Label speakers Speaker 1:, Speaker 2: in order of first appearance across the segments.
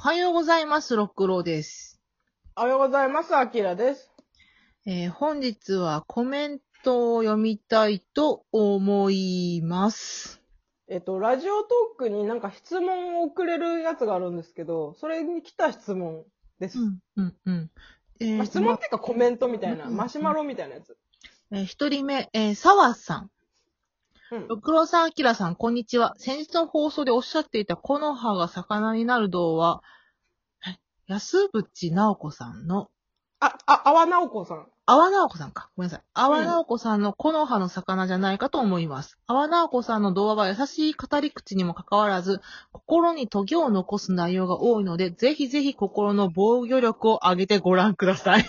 Speaker 1: はようございます、六郎です。
Speaker 2: おはようございます、あきらです。
Speaker 1: 本日はコメントを読みたいと思います。
Speaker 2: ラジオトークになんか質問を送れるやつがあるんですけど、それに来た質問です。質問っていうかコメントみたいな、マシュマロみたいなやつ。
Speaker 1: 一人目、沢さん。六郎さん、あきらさん、こんにちは。先日の放送でおっしゃっていた木の葉が魚になる童話、安渕直子さんの、
Speaker 2: 阿波直子さん。
Speaker 1: 阿波直子さんか。ごめんなさい。阿波直子さんの木の葉の魚じゃないかと思います。阿波直子さんの童話は優しい語り口にもかかわらず、心にトゲを残す内容が多いので、ぜひぜひ心の防御力を上げてご覧ください。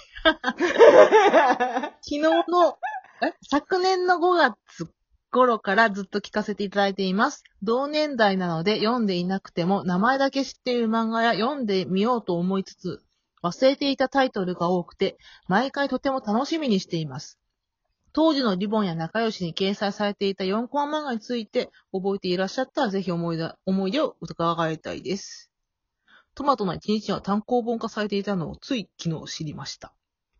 Speaker 1: 昨年の5月頃からずっと聞かせていただいています。同年代なので読んでいなくても名前だけ知っている漫画や読んでみようと思いつつ忘れていたタイトルが多くて毎回とても楽しみにしています。当時のリボンや仲良しに掲載されていた4コマ漫画について覚えていらっしゃったらぜひ思い出を伺いたいです。トマトの1日には単行本化されていたのをつい昨日知りました。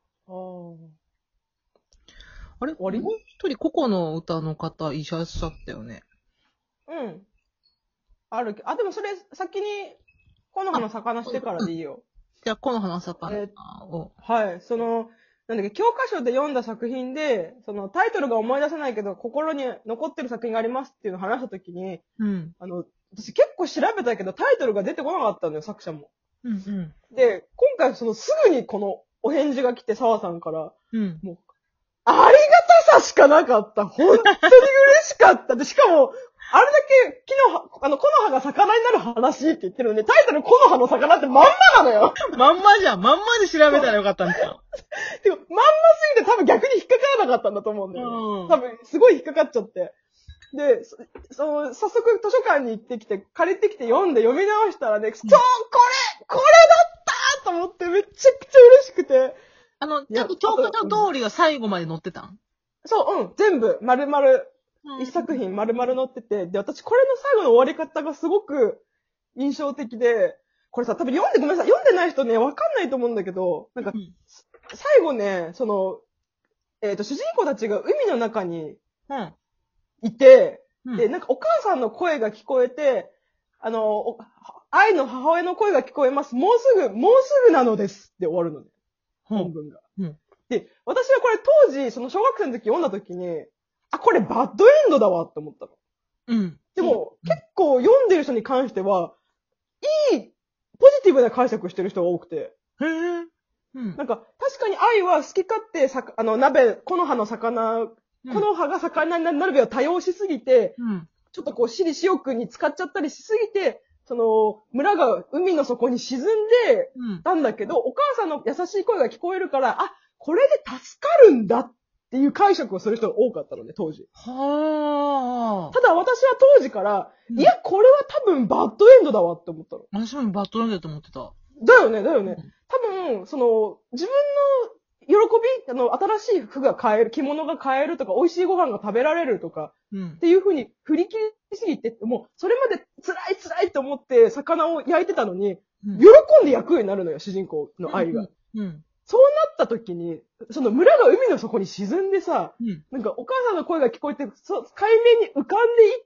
Speaker 1: あれもう一人、個々の歌の方いらっしゃったよね。
Speaker 2: うん。あるけど、でもそれ先に、木の葉の魚してからでいいよ。
Speaker 1: じゃあ、木の葉の魚
Speaker 2: を。はい。なんだっけ、教科書で読んだ作品で、タイトルが思い出せないけど、心に残ってる作品がありますっていうのを話したときに、私結構調べたけど、タイトルが出てこなかったんだよ、作者も。で、今回すぐにこのお返事が来て、澤さんから、もう、ありがたさしかなかった。本当に嬉しかった。で、しかも、あれだけ木の葉が魚になる話って言ってるのに、タイトル木の葉の魚ってまんまなのよ。
Speaker 1: まんまじゃん。まんまで調べたらよかったんだよ。
Speaker 2: てか、まんますぎて多分逆に引っかからなかったんだと思うんだよ。多分、すごい引っかかっちゃって。で、早速図書館に行ってきて、借りてきて読み直したらね、これだったと思ってめちゃくちゃ嬉しくて。
Speaker 1: ちゃんと教科書通りが最後まで載ってたん？
Speaker 2: そう、全部、丸々、一作品丸々載ってて、で、私これの最後の終わり方がすごく印象的で、これさ、多分ごめんなさい、読んでない人ね、わかんないと思うんだけど、なんか、最後ね、主人公たちが海の中にいて、で、なんかお母さんの声が聞こえて、愛の母親の声が聞こえます。もうすぐなのですって終わるのね。本文が。で、私はこれ当時、小学生の時読んだ時に、これバッドエンドだわって思ったの。でも、結構読んでる人に関しては、ポジティブな解釈してる人が多くて。なんか、確かに愛は好き勝手、木の葉の魚、木の葉が魚になる鍋を多用しすぎて、ちょっと私利私欲に使っちゃったりしすぎて、村が海の底に沈んでたんだけど、お母さんの優しい声が聞こえるから、これで助かるんだっていう解釈をする人が多かったのね、当時。ただ私は当時から、いや、これは多分バッドエンドだわって思ったの。
Speaker 1: 私もバッドエンドだと思ってた。
Speaker 2: だよね。多分、自分の喜び、新しい服が買える、着物が買えるとか、美味しいご飯が食べられるとか、っていう風に振り切りすぎて、もう、それまで辛いと思って魚を焼いてたのに、喜んで焼くようになるのよ、主人公の愛が。そうなった時に、村が海の底に沈んでさ、なんかお母さんの声が聞こえて、海面に浮かんでいって、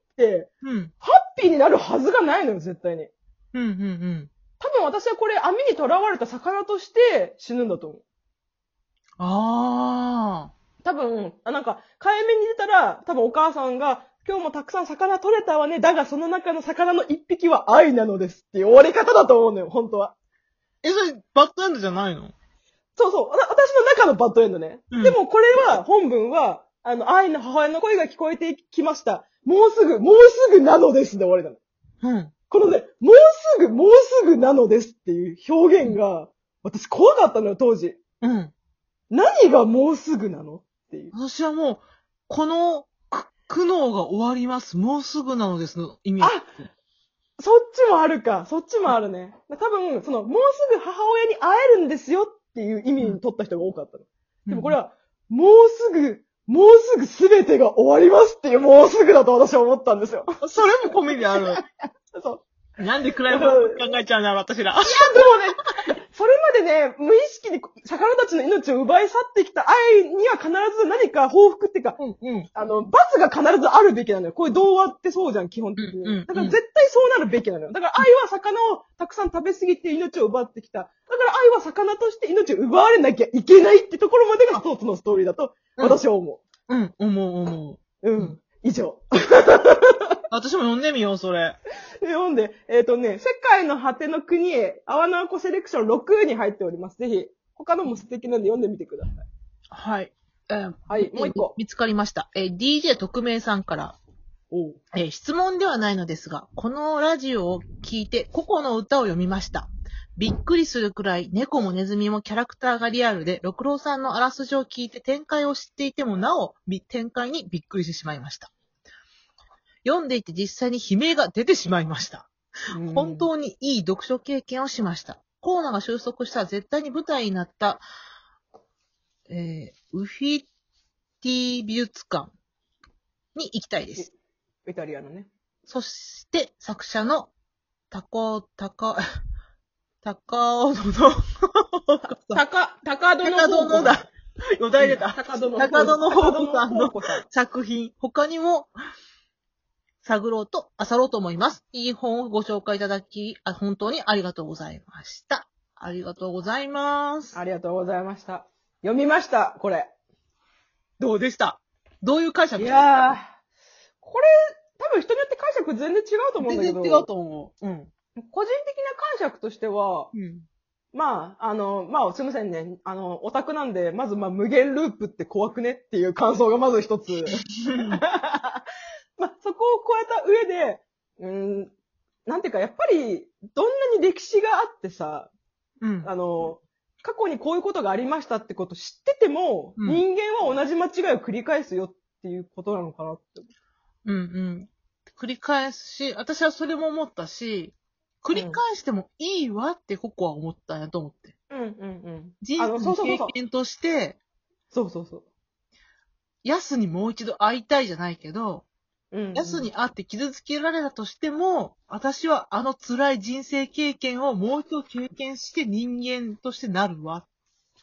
Speaker 2: ハッピーになるはずがないのよ、絶対に。多分私はこれ網に囚われた魚として死ぬんだと思う。多分、なんか、海面に出たら、多分お母さんが、今日もたくさん魚取れたわね。だがその中の魚の一匹は愛なのですっていう終わり方だと思うのよ、本当は。
Speaker 1: それ、バッドエンドじゃないの？
Speaker 2: そう。私の中のバッドエンドね。でもこれは、本文は、愛の母親の声が聞こえてきました。もうすぐなのですで終わりなの。このね、もうすぐなのですっていう表現が、私怖かったのよ、当時。何がもうすぐなのっていう。
Speaker 1: 私はもう、この苦悩が終わります。もうすぐなのですの意味。
Speaker 2: そっちもあるか。そっちもあるね。多分、もうすぐ母親に会えるんですよっていう意味に取った人が多かったの。でもこれは、もうすぐ全てが終わりますっていうもうすぐだと私は思ったんですよ。
Speaker 1: それも込みである。
Speaker 2: そう。
Speaker 1: なんで暗いこと考えちゃうんだろう、私ら。
Speaker 2: でもね、それまでね、無意識に魚たちの命を奪い去ってきた愛には必ず何か報復っていうか、罰が必ずあるべきなのよ。こういう童話ってそうじゃん、基本的に。だから絶対そうなるべきなのよ。だから愛は魚をたくさん食べ過ぎて命を奪ってきた。だから愛は魚として命を奪われなきゃいけないってところまでが一つのストーリーだと、私は思
Speaker 1: う。思う。
Speaker 2: 以上。
Speaker 1: 私も読んでみよう、それ。
Speaker 2: 読んで、世界の果ての国へ、アワナオコセレクション6に入っております。ぜひ、他のも素敵なんで読んでみてください。
Speaker 1: はい。
Speaker 2: はい、もう一個。
Speaker 1: 見つかりました。DJ 特命さんから。質問ではないのですが、このラジオを聞いて、ココの歌を読みました。びっくりするくらい、猫もネズミもキャラクターがリアルで、六郎さんのあらすじを聞いて展開を知っていてもなお、展開にびっくりしてしまいました。読んでいて実際に悲鳴が出てしまいました。本当にいい読書経験をしました。コロナが収束したら絶対に舞台になった、ウフィティ美術館に行きたいです。
Speaker 2: イタリアのね。
Speaker 1: そして、作者の高尾のだ。よだれ出た。高戸の宝庫さんの作品、他にも、探ろうと思います。いい本をご紹介いただき、本当にありがとうございました。ありがとうございます。
Speaker 2: ありがとうございました。読みました、これ。
Speaker 1: どうでした？どういう解釈？
Speaker 2: いやー、これ、多分人によって解釈全然違うと思うんだけど。
Speaker 1: 全然違うと思う。
Speaker 2: 個人的な解釈としては、まあ、すいませんね。オタクなんで、まず無限ループって怖くねっていう感想がまず一つ。まあ、そこを超えた上で、なんていうか、やっぱり、どんなに歴史があってさ、過去にこういうことがありましたってこと知ってても、人間は同じ間違いを繰り返すよっていうことなのかなって。
Speaker 1: 繰り返すし、私はそれも思ったし、繰り返してもいいわってここは思ったんやと思って。人生の経験として、ヤスにもう一度会いたいじゃないけど、ヤスに会って傷つけられたとしても、私はあの辛い人生経験をもう一度経験して人間としてなるわって。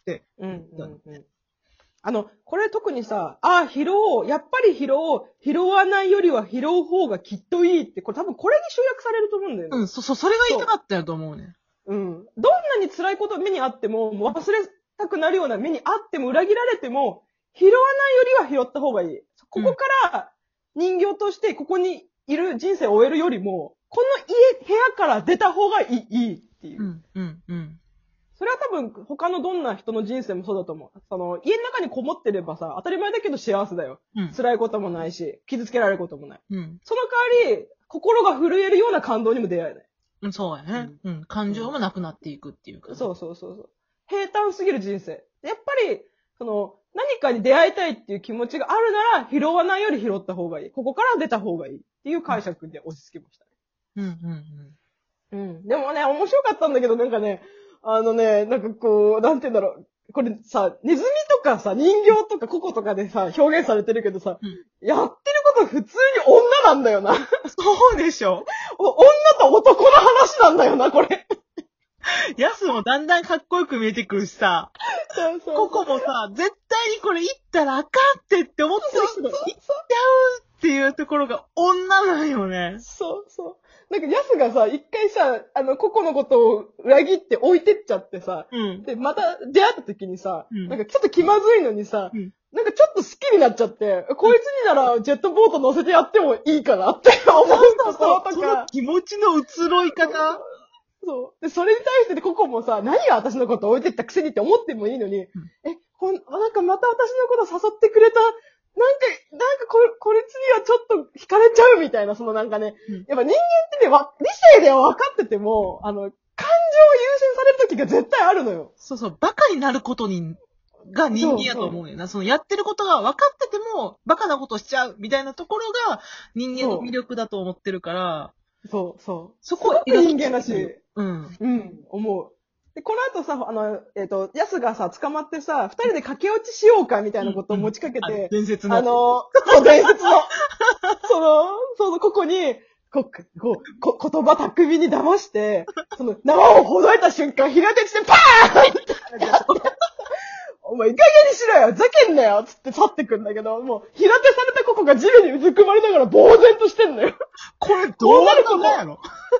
Speaker 2: これ特にさ、やっぱり拾わないよりは拾う方がきっといいって、これ多分これに集約されると思うんだよね。
Speaker 1: それが言いたかったよと思うね。
Speaker 2: どんなに辛いこと目にあっても、忘れたくなるような目にあっても、裏切られても、拾わないよりは拾った方がいい。ここから人形としてここにいる人生を終えるよりも、この部屋から出た方がいいっていう。それは多分他のどんな人の人生もそうだと思う。家の中にこもってればさ、当たり前だけど幸せだよ。辛いこともないし、傷つけられることもない。その代わり、心が震えるような感動にも出会えない。
Speaker 1: そうやね。感情もなくなっていくっていうか、
Speaker 2: そう。平坦すぎる人生。やっぱり、何かに出会いたいっていう気持ちがあるなら、拾わないより拾った方がいい。ここから出た方がいいっていう解釈で押し付けましたね。でもね、面白かったんだけど、なんかね、なんかこう、なんて言うんだろう。これさ、ネズミとかさ、人形とかココとかでさ、表現されてるけどさ、やってること普通に女なんだよな。
Speaker 1: そうでしょ。
Speaker 2: 女と男の話なんだよな、これ。
Speaker 1: ヤスもだんだんかっこよく見えてくるしさ、ココもさ、絶対にこれ言ったらあかんって思ってる人が言っちゃうっていうところが女なんよね。
Speaker 2: なんかヤスがさ、一回さ、ココのことを裏切って置いてっちゃってさ、で、また出会った時にさ、なんかちょっと気まずいのにさ、なんかちょっと好きになっちゃって、こいつにならジェットボート乗せてやってもいいかなって思うところとか。
Speaker 1: その気持ちの移ろい方。
Speaker 2: で、それに対してココもさ、何が私のこと置いてったくせにって思ってもいいのに、なんかまた私のこと誘ってくれた、なんかこいつにはちょっと惹かれちゃうみたいな、なんかね、やっぱ人間ってね、理性では分かってても、感情を優先される時が絶対あるのよ。
Speaker 1: バカになることが人間やと思うよな。やってることが分かってても、バカなことしちゃうみたいなところが人間の魅力だと思ってるから、
Speaker 2: そ
Speaker 1: こは
Speaker 2: 人間らしい。思う。で、この後さ、ヤスがさ、捕まってさ、二人で駆け落ちしようかみたいなことを持ちかけて、
Speaker 1: 伝説の。
Speaker 2: 伝説の、ココに、 言葉巧みに騙して、その縄をほどいた瞬間、平手打ちでパーンってお前いい加減にしろよざけんなよつって去ってくんだけど、もう、平手されたココが地面にうずくまりながら呆然としてんのよ。
Speaker 1: これどうなることやろ？
Speaker 2: こ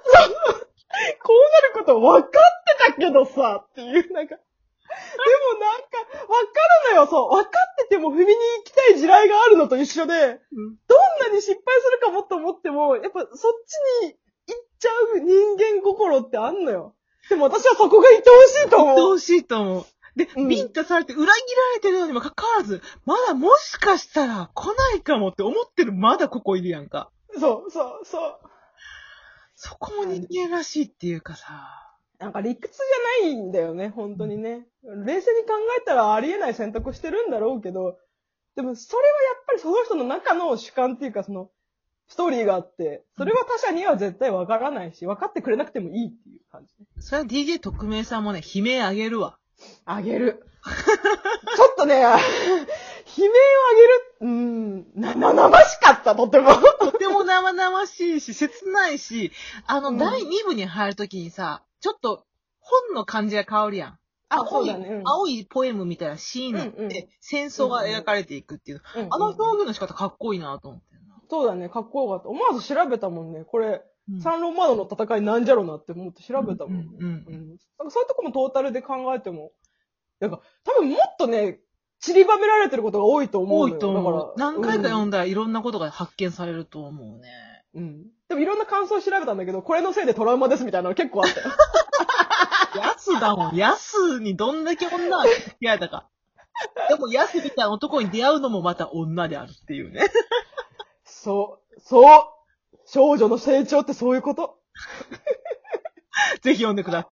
Speaker 2: うなること分かってたけどさ、っていう、なんか。でもなんか、分かるのよ、そう。分かってても踏みに行きたい地雷があるのと一緒で、どんなに失敗するかもと思っても、やっぱそっちに行っちゃう人間心ってあんのよ。でも私はそこが愛おしいと思う。
Speaker 1: 愛おしいと思う。で、ビンタされて裏切られてるのにもかかわらず、まだもしかしたら来ないかもって思ってるまだここいるやんか。
Speaker 2: そう。
Speaker 1: そこも人間らしいっていうかさ。
Speaker 2: なんか理屈じゃないんだよね、本当にね。冷静に考えたらありえない選択してるんだろうけど、でもそれはやっぱりその人の中の主観っていうかその、ストーリーがあって、それは他者には絶対わからないし、分かってくれなくてもいいっていう感じ。
Speaker 1: それは DJ 特命さんもね、悲鳴あげるわ。
Speaker 2: あげる。ちょっとね、悲鳴をあげる。生々しかった、とても。
Speaker 1: とても生々しいし、切ないし、第2部に入るときにさ、ちょっと本の感じが変わるやん。
Speaker 2: そうだね。
Speaker 1: 青いポエムみたいなシーンになって、戦争が描かれていくっていう。あの表現の仕方かっこいいなと思ってるな。
Speaker 2: そうだね、かっこよかった。思わず調べたもんね。これ、三論窓の戦いなんじゃろなって思って調べたもん。なんかそういうとこもトータルで考えても、なんか多分もっとね、散りばめられてることが多いと思うのよ。
Speaker 1: 多いと思う。
Speaker 2: だから
Speaker 1: 何回か読んだらいろんなことが発見されると思うね。
Speaker 2: でもいろんな感想を調べたんだけど、これのせいでトラウマですみたいなの結構あったよ。
Speaker 1: ヤスだもん。ヤスにどんだけ女が付き合えたか。でもヤスみたいな男に出会うのもまた女であるっていうね。
Speaker 2: そう。少女の成長ってそういうこと。
Speaker 1: ぜひ読んでください。